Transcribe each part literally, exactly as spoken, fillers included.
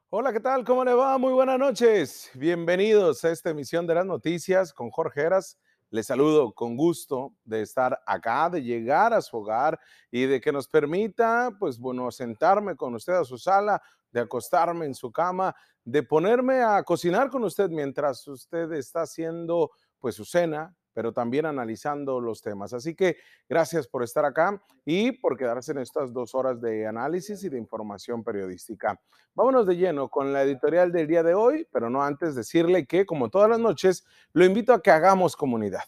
Hola, ¿qué tal? ¿Cómo le va? Muy buenas noches. Bienvenidos a esta emisión de las noticias con Jorge Heras. Les saludo con gusto de estar acá, de llegar a su hogar y de que nos permita, pues bueno, sentarme con usted a su sala, de acostarme en su cama, de ponerme a cocinar con usted mientras usted está haciendo pues su cena, pero también analizando los temas. Así que gracias por estar acá y por quedarse en estas dos horas de análisis y de información periodística. Vámonos de lleno con la editorial del día de hoy, pero no antes decirle que, como todas las noches, lo invito a que hagamos comunidad.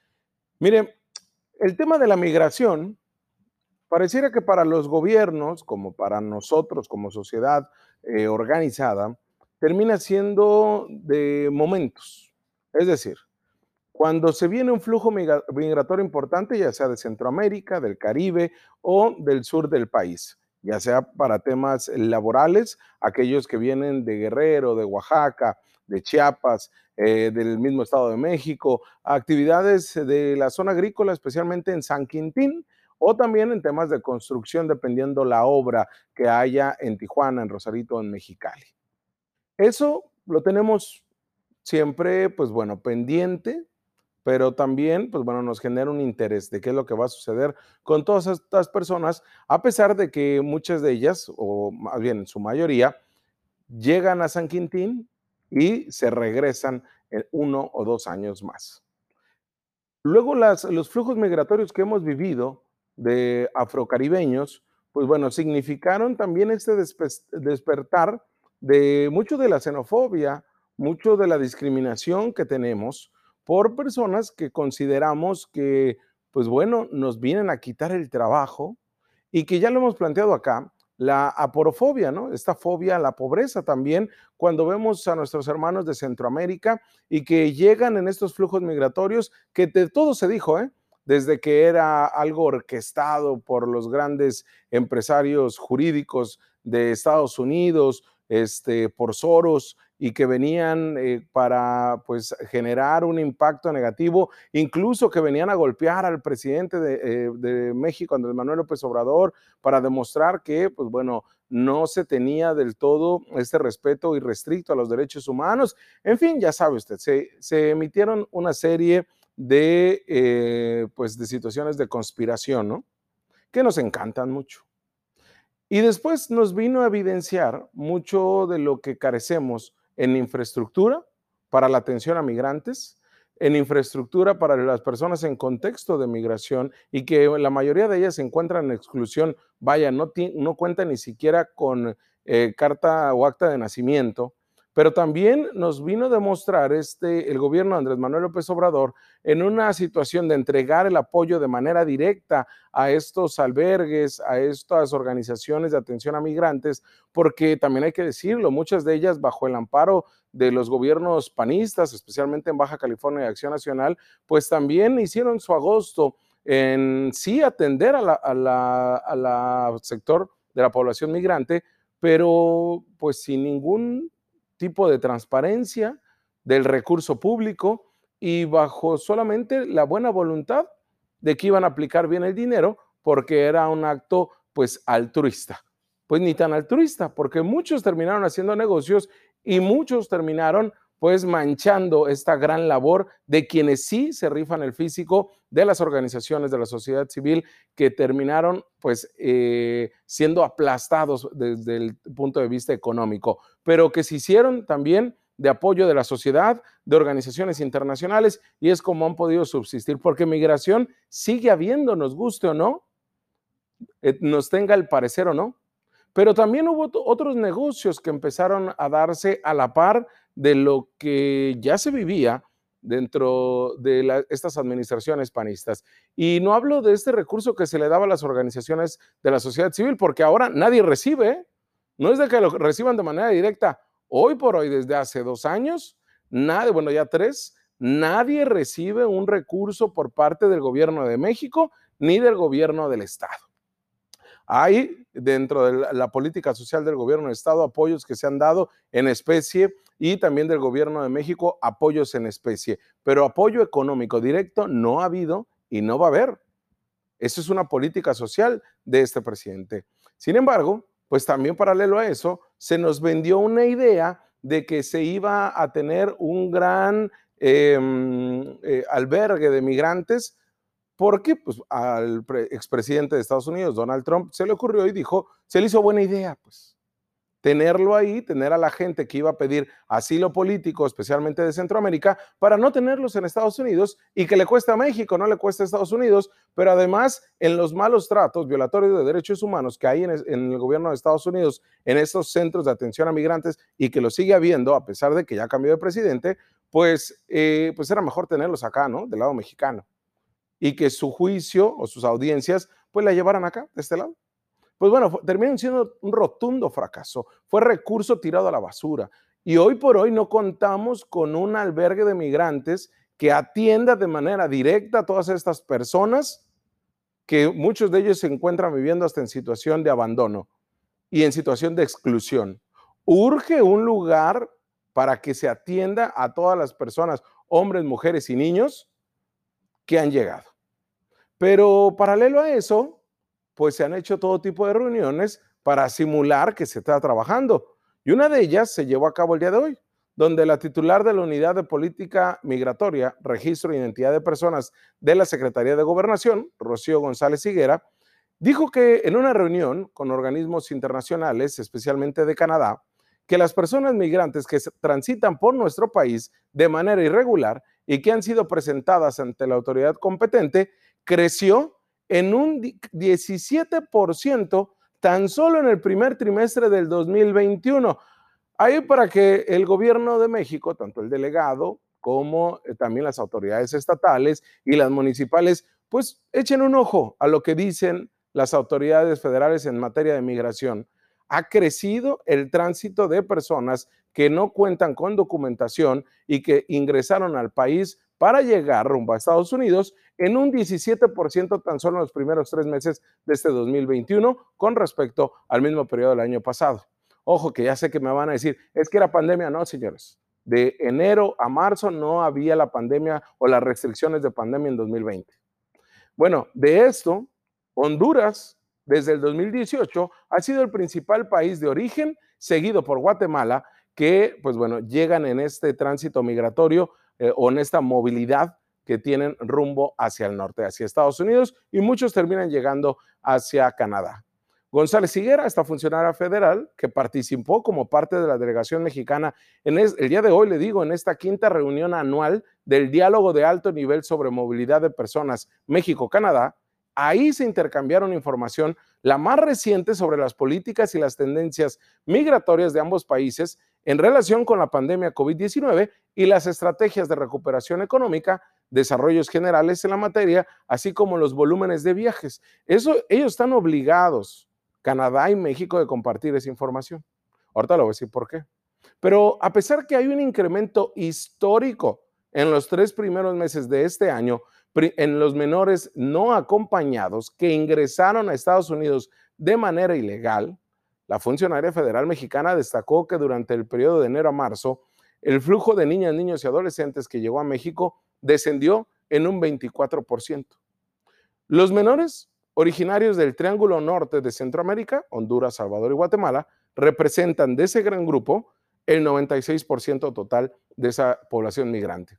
Mire, el tema de la migración pareciera que para los gobiernos, como para nosotros como sociedad eh, organizada, termina siendo de momentos. Es decir, cuando se viene un flujo migra migratorio importante, ya sea de Centroamérica, del Caribe o del sur del país, ya sea para temas laborales, aquellos que vienen de Guerrero, de Oaxaca, de Chiapas, eh, del mismo Estado de México, actividades de la zona agrícola, especialmente en San Quintín, o también en temas de construcción, dependiendo la obra que haya en Tijuana, en Rosarito, en Mexicali. Eso lo tenemos siempre, pues bueno, pendiente, pero también, pues bueno, nos genera un interés de qué es lo que va a suceder con todas estas personas, a pesar de que muchas de ellas, o más bien en su mayoría, llegan a San Quintín y se regresan en uno o dos años más. Luego, las, los flujos migratorios que hemos vivido de afrocaribeños, pues bueno, significaron también este despe- despertar de mucho de la xenofobia, mucho de la discriminación que tenemos por personas que consideramos que, pues bueno, nos vienen a quitar el trabajo y que ya lo hemos planteado acá, la aporofobia, ¿no? Esta fobia a la pobreza también, cuando vemos a nuestros hermanos de Centroamérica y que llegan en estos flujos migratorios, que de todo se dijo, ¿eh? Desde que era algo orquestado por los grandes empresarios jurídicos de Estados Unidos, este, por Soros, y que venían eh, para pues generar un impacto negativo, incluso que venían a golpear al presidente de, eh, de México, Andrés Manuel López Obrador, para demostrar que, pues bueno, no se tenía del todo este respeto irrestricto a los derechos humanos. En fin, ya sabe usted, se, se emitieron una serie de, eh, pues de situaciones de conspiración, ¿no? Que nos encantan mucho. Y después nos vino a evidenciar mucho de lo que carecemos en infraestructura para la atención a migrantes, en infraestructura para las personas en contexto de migración y que la mayoría de ellas se encuentran en exclusión, vaya, no, no cuentan ni siquiera con eh, carta o acta de nacimiento, pero también nos vino a demostrar este, el gobierno de Andrés Manuel López Obrador en una situación de entregar el apoyo de manera directa a estos albergues, a estas organizaciones de atención a migrantes, porque también hay que decirlo, muchas de ellas bajo el amparo de los gobiernos panistas, especialmente en Baja California y Acción Nacional, pues también hicieron su agosto en sí atender a la, a la, a la sector de la población migrante, pero pues sin ningún tipo de transparencia del recurso público y bajo solamente la buena voluntad de que iban a aplicar bien el dinero porque era un acto pues altruista. Pues ni tan altruista, porque muchos terminaron haciendo negocios y muchos terminaron pues manchando esta gran labor de quienes sí se rifan el físico, de las organizaciones de la sociedad civil que terminaron pues eh, siendo aplastados desde el punto de vista económico, pero que se hicieron también de apoyo de la sociedad, de organizaciones internacionales, y es como han podido subsistir, porque migración sigue habiendo, nos guste o no, eh, nos tenga el parecer o no. Pero también hubo otros negocios que empezaron a darse a la par de lo que ya se vivía dentro de la, estas administraciones panistas. Y no hablo de este recurso que se le daba a las organizaciones de la sociedad civil, porque ahora nadie recibe, ¿eh? No es de que lo reciban de manera directa. Hoy por hoy, desde hace dos años, nadie, bueno, ya tres, nadie recibe un recurso por parte del gobierno de México ni del gobierno del Estado. Hay dentro de la política social del gobierno del Estado apoyos que se han dado en especie y también del gobierno de México apoyos en especie, pero apoyo económico directo no ha habido y no va a haber. Eso es una política social de este presidente. Sin embargo, pues también paralelo a eso, se nos vendió una idea de que se iba a tener un gran eh, eh, albergue de migrantes, porque pues, al expresidente de Estados Unidos, Donald Trump, se le ocurrió y dijo, se le hizo buena idea, pues tenerlo ahí, tener a la gente que iba a pedir asilo político, especialmente de Centroamérica, para no tenerlos en Estados Unidos y que le cuesta a México, no le cuesta a Estados Unidos, pero además en los malos tratos violatorios de derechos humanos que hay en, en el gobierno de Estados Unidos, en estos centros de atención a migrantes y que lo sigue habiendo a pesar de que ya cambió de presidente, pues, eh, pues era mejor tenerlos acá, ¿no? Del lado mexicano. Y que su juicio o sus audiencias pues la llevaran acá, de este lado. Pues bueno, terminó siendo un rotundo fracaso. Fue recurso tirado a la basura. Y hoy por hoy no contamos con un albergue de migrantes que atienda de manera directa a todas estas personas, que muchos de ellos se encuentran viviendo hasta en situación de abandono y en situación de exclusión. Urge un lugar para que se atienda a todas las personas, hombres, mujeres y niños que han llegado. Pero paralelo a eso, pues se han hecho todo tipo de reuniones para simular que se está trabajando. Y una de ellas se llevó a cabo el día de hoy, donde la titular de la Unidad de Política Migratoria, Registro e Identidad de Personas de la Secretaría de Gobernación, Rocío González Higuera, dijo que en una reunión con organismos internacionales, especialmente de Canadá, que las personas migrantes que transitan por nuestro país de manera irregular y que han sido presentadas ante la autoridad competente, creció en un diecisiete por ciento tan solo en el primer trimestre del dos mil veintiuno. Ahí para que el gobierno de México, tanto el delegado como también las autoridades estatales y las municipales, pues echen un ojo a lo que dicen las autoridades federales en materia de migración. Ha crecido el tránsito de personas que no cuentan con documentación y que ingresaron al país para llegar rumbo a Estados Unidos en un diecisiete por ciento tan solo en los primeros tres meses de este dos mil veintiuno con respecto al mismo periodo del año pasado. Ojo, que ya sé que me van a decir, es que era pandemia. No, señores. De enero a marzo no había la pandemia o las restricciones de pandemia en dos mil veinte. Bueno, de esto, Honduras, desde el dos mil dieciocho, ha sido el principal país de origen, seguido por Guatemala, que, pues bueno, llegan en este tránsito migratorio eh, o en esta movilidad que tienen rumbo hacia el norte, hacia Estados Unidos, y muchos terminan llegando hacia Canadá. González Higuera, esta funcionaria federal que participó como parte de la delegación mexicana en es, el día de hoy, le digo, en esta quinta reunión anual del diálogo de alto nivel sobre movilidad de personas México-Canadá, ahí se intercambiaron información, la más reciente sobre las políticas y las tendencias migratorias de ambos países en relación con la pandemia COVID diecinueve y las estrategias de recuperación económica, desarrollos generales en la materia, así como los volúmenes de viajes. Eso, ellos están obligados, Canadá y México, de compartir esa información. Ahorita lo voy a decir por qué. Pero a pesar que hay un incremento histórico en los tres primeros meses de este año en los menores no acompañados que ingresaron a Estados Unidos de manera ilegal, la funcionaria federal mexicana destacó que durante el periodo de enero a marzo, el flujo de niñas, niños y adolescentes que llegó a México descendió en un veinticuatro por ciento. Los menores originarios del Triángulo Norte de Centroamérica, Honduras, Salvador y Guatemala, representan de ese gran grupo el noventa y seis por ciento total de esa población migrante.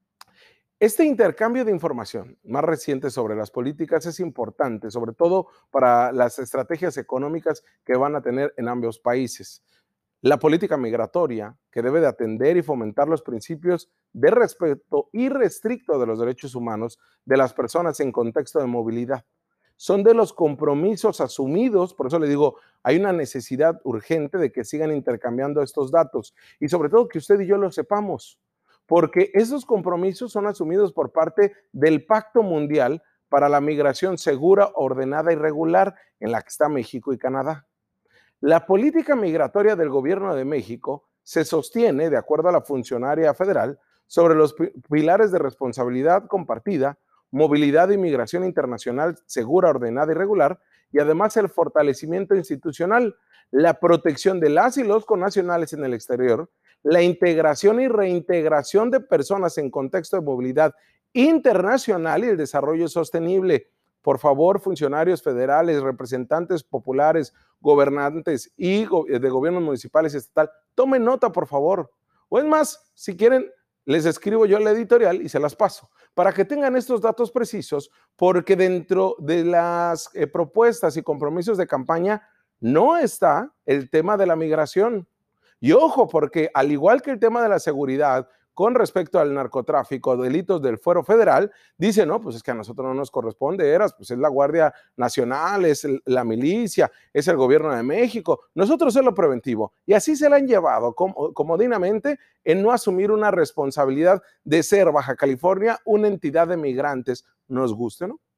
Este intercambio de información más reciente sobre las políticas es importante, sobre todo para las estrategias económicas que van a tener en ambos países. La política migratoria, que debe de atender y fomentar los principios de respeto irrestricto de los derechos humanos de las personas en contexto de movilidad. Son de los compromisos asumidos, por eso le digo, hay una necesidad urgente de que sigan intercambiando estos datos y sobre todo que usted y yo lo sepamos, porque esos compromisos son asumidos por parte del Pacto Mundial para la Migración Segura, Ordenada y Regular, en la que está México y Canadá. La política migratoria del gobierno de México se sostiene, de acuerdo a la funcionaria federal, sobre los pilares de responsabilidad compartida, movilidad y migración internacional segura, ordenada y regular, y además el fortalecimiento institucional, la protección de las y los connacionales en el exterior, la integración y reintegración de personas en contexto de movilidad internacional y el desarrollo sostenible. por favor, funcionarios federales, representantes populares, gobernantes y go de gobiernos municipales y estatal, tomen nota, por favor. O es más, si quieren, les escribo yo la editorial y se las paso, para que tengan estos datos precisos, porque dentro de las eh, propuestas y compromisos de campaña no está el tema de la migración. Y ojo, porque al igual que el tema de la seguridad, con respecto al narcotráfico, delitos del fuero federal, dice, no, pues es que a nosotros no nos corresponde, eras, pues es la Guardia Nacional, es el, la milicia, es el gobierno de México, nosotros es lo preventivo. Y así se la han llevado com comodinamente en no asumir una responsabilidad de ser Baja California una entidad de migrantes, nos guste, ¿no?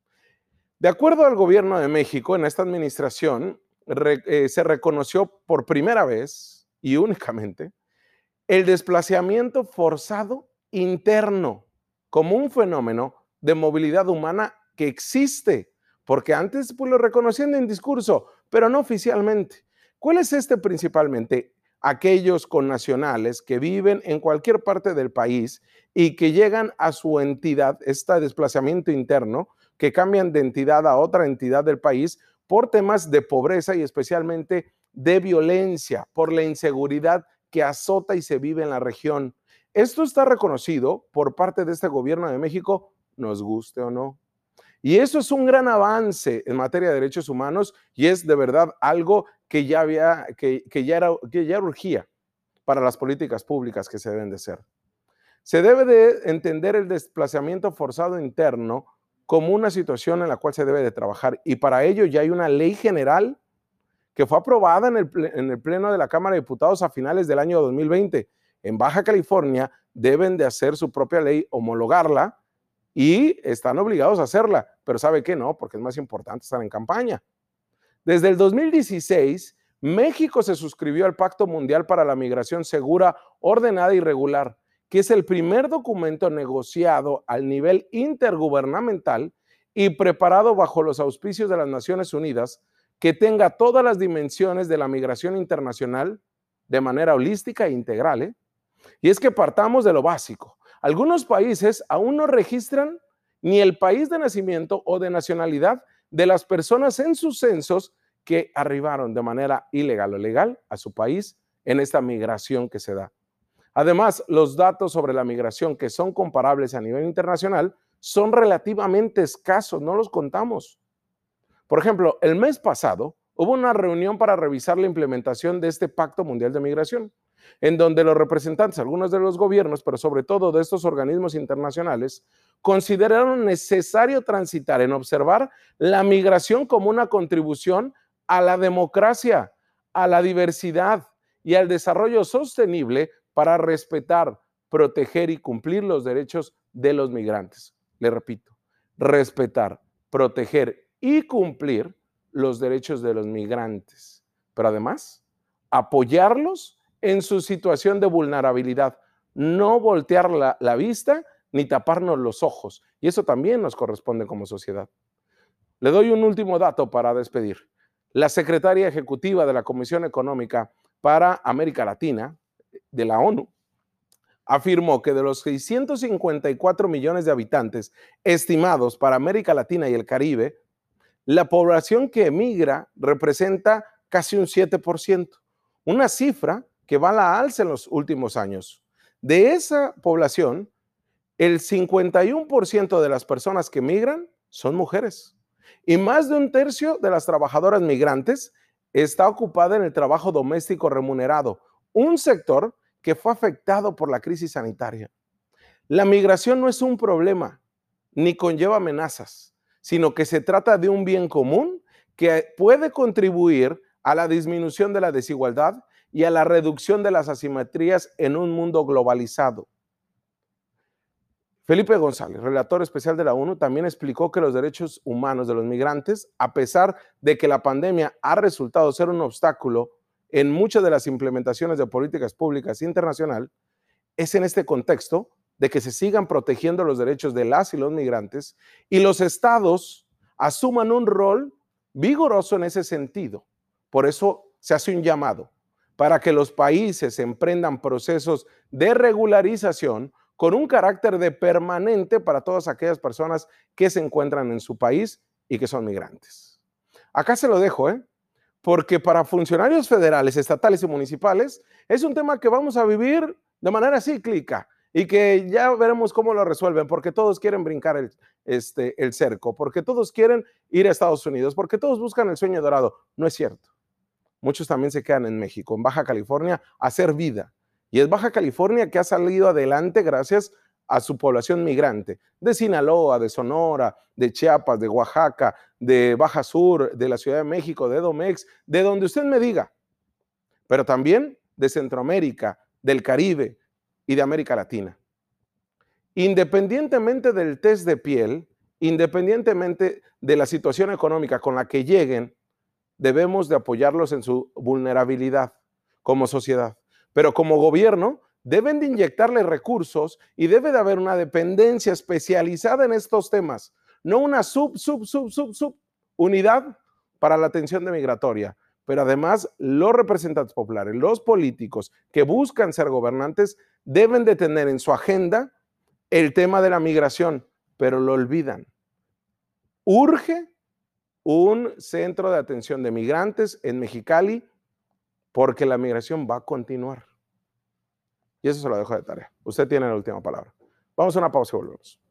De acuerdo al gobierno de México, en esta administración re, eh, se reconoció por primera vez y únicamente el desplazamiento forzado interno como un fenómeno de movilidad humana que existe, porque antes pues, lo reconocían en discurso, pero no oficialmente. ¿Cuál es este principalmente? Aquellos connacionales que viven en cualquier parte del país y que llegan a su entidad, este desplazamiento interno, que cambian de entidad a otra entidad del país por temas de pobreza y especialmente de violencia, por la inseguridad que azota y se vive en la región. Esto está reconocido por parte de este gobierno de México, nos guste o no. Y eso es un gran avance en materia de derechos humanos y es de verdad algo que ya, había, que, que ya, era, que ya urgía para las políticas públicas que se deben de hacer. Se debe de entender el desplazamiento forzado interno como una situación en la cual se debe de trabajar y para ello ya hay una ley general que fue aprobada en el, en el Pleno de la Cámara de Diputados a finales del año dos mil veinte. En Baja California deben de hacer su propia ley, homologarla, y están obligados a hacerla, pero ¿sabe qué? No, porque es más importante estar en campaña. Desde el dos mil dieciséis, México se suscribió al Pacto Mundial para la Migración Segura, Ordenada y Regular, que es el primer documento negociado al nivel intergubernamental y preparado bajo los auspicios de las Naciones Unidas, que tenga todas las dimensiones de la migración internacional de manera holística e integral. ¿eh? Y es que partamos de lo básico. Algunos países aún no registran ni el país de nacimiento o de nacionalidad de las personas en sus censos que arribaron de manera ilegal o legal a su país en esta migración que se da. Además, los datos sobre la migración que son comparables a nivel internacional son relativamente escasos, no los contamos. Por ejemplo, el mes pasado hubo una reunión para revisar la implementación de este Pacto Mundial de Migración, en donde los representantes, algunos de los gobiernos, pero sobre todo de estos organismos internacionales, consideraron necesario transitar en observar la migración como una contribución a la democracia, a la diversidad y al desarrollo sostenible para respetar, proteger y cumplir los derechos de los migrantes. Le repito, respetar, proteger y cumplir los derechos de los migrantes, pero además apoyarlos en su situación de vulnerabilidad, no voltear la, la vista ni taparnos los ojos, y eso también nos corresponde como sociedad. Le doy un último dato para despedir. La secretaria ejecutiva de la Comisión Económica para América Latina, de la ONU, afirmó que de los seiscientos cincuenta y cuatro millones de habitantes estimados para América Latina y el Caribe, la población que emigra representa casi un siete por ciento, una cifra que va a la alza en los últimos años. De esa población, el cincuenta y uno por ciento de las personas que migran son mujeres y más de un tercio de las trabajadoras migrantes está ocupada en el trabajo doméstico remunerado, un sector que fue afectado por la crisis sanitaria. La migración no es un problema ni conlleva amenazas, sino que se trata de un bien común que puede contribuir a la disminución de la desigualdad y a la reducción de las asimetrías en un mundo globalizado. Felipe González, relator especial de la ONU, también explicó que los derechos humanos de los migrantes, a pesar de que la pandemia ha resultado ser un obstáculo en muchas de las implementaciones de políticas públicas internacional, es en este contexto de que se sigan protegiendo los derechos de las y los migrantes y los estados asuman un rol vigoroso en ese sentido. Por eso se hace un llamado para que los países emprendan procesos de regularización con un carácter de permanente para todas aquellas personas que se encuentran en su país y que son migrantes. Acá se lo dejo, ¿eh? Porque para funcionarios federales, estatales y municipales es un tema que vamos a vivir de manera cíclica y que ya veremos cómo lo resuelven, porque todos quieren brincar el, este, el cerco, porque todos quieren ir a Estados Unidos, porque todos buscan el sueño dorado. No es cierto. Muchos también se quedan en México, en Baja California, a hacer vida. Y es Baja California que ha salido adelante gracias a su población migrante, de Sinaloa, de Sonora, de Chiapas, de Oaxaca, de Baja Sur, de la Ciudad de México, de Edomex, de donde usted me diga, pero también de Centroamérica, del Caribe y de América Latina. Independientemente del test de piel, independientemente de la situación económica con la que lleguen, debemos de apoyarlos en su vulnerabilidad como sociedad. Pero como gobierno, deben de inyectarle recursos y debe de haber una dependencia especializada en estos temas, no una sub, sub, sub, sub, sub unidad para la atención de migratoria. Pero además, los representantes populares, los políticos que buscan ser gobernantes, deben de tener en su agenda el tema de la migración, pero lo olvidan. Urge un centro de atención de migrantes en Mexicali, porque la migración va a continuar. Y eso se lo dejo de tarea. Usted tiene la última palabra. Vamos a una pausa y volvemos.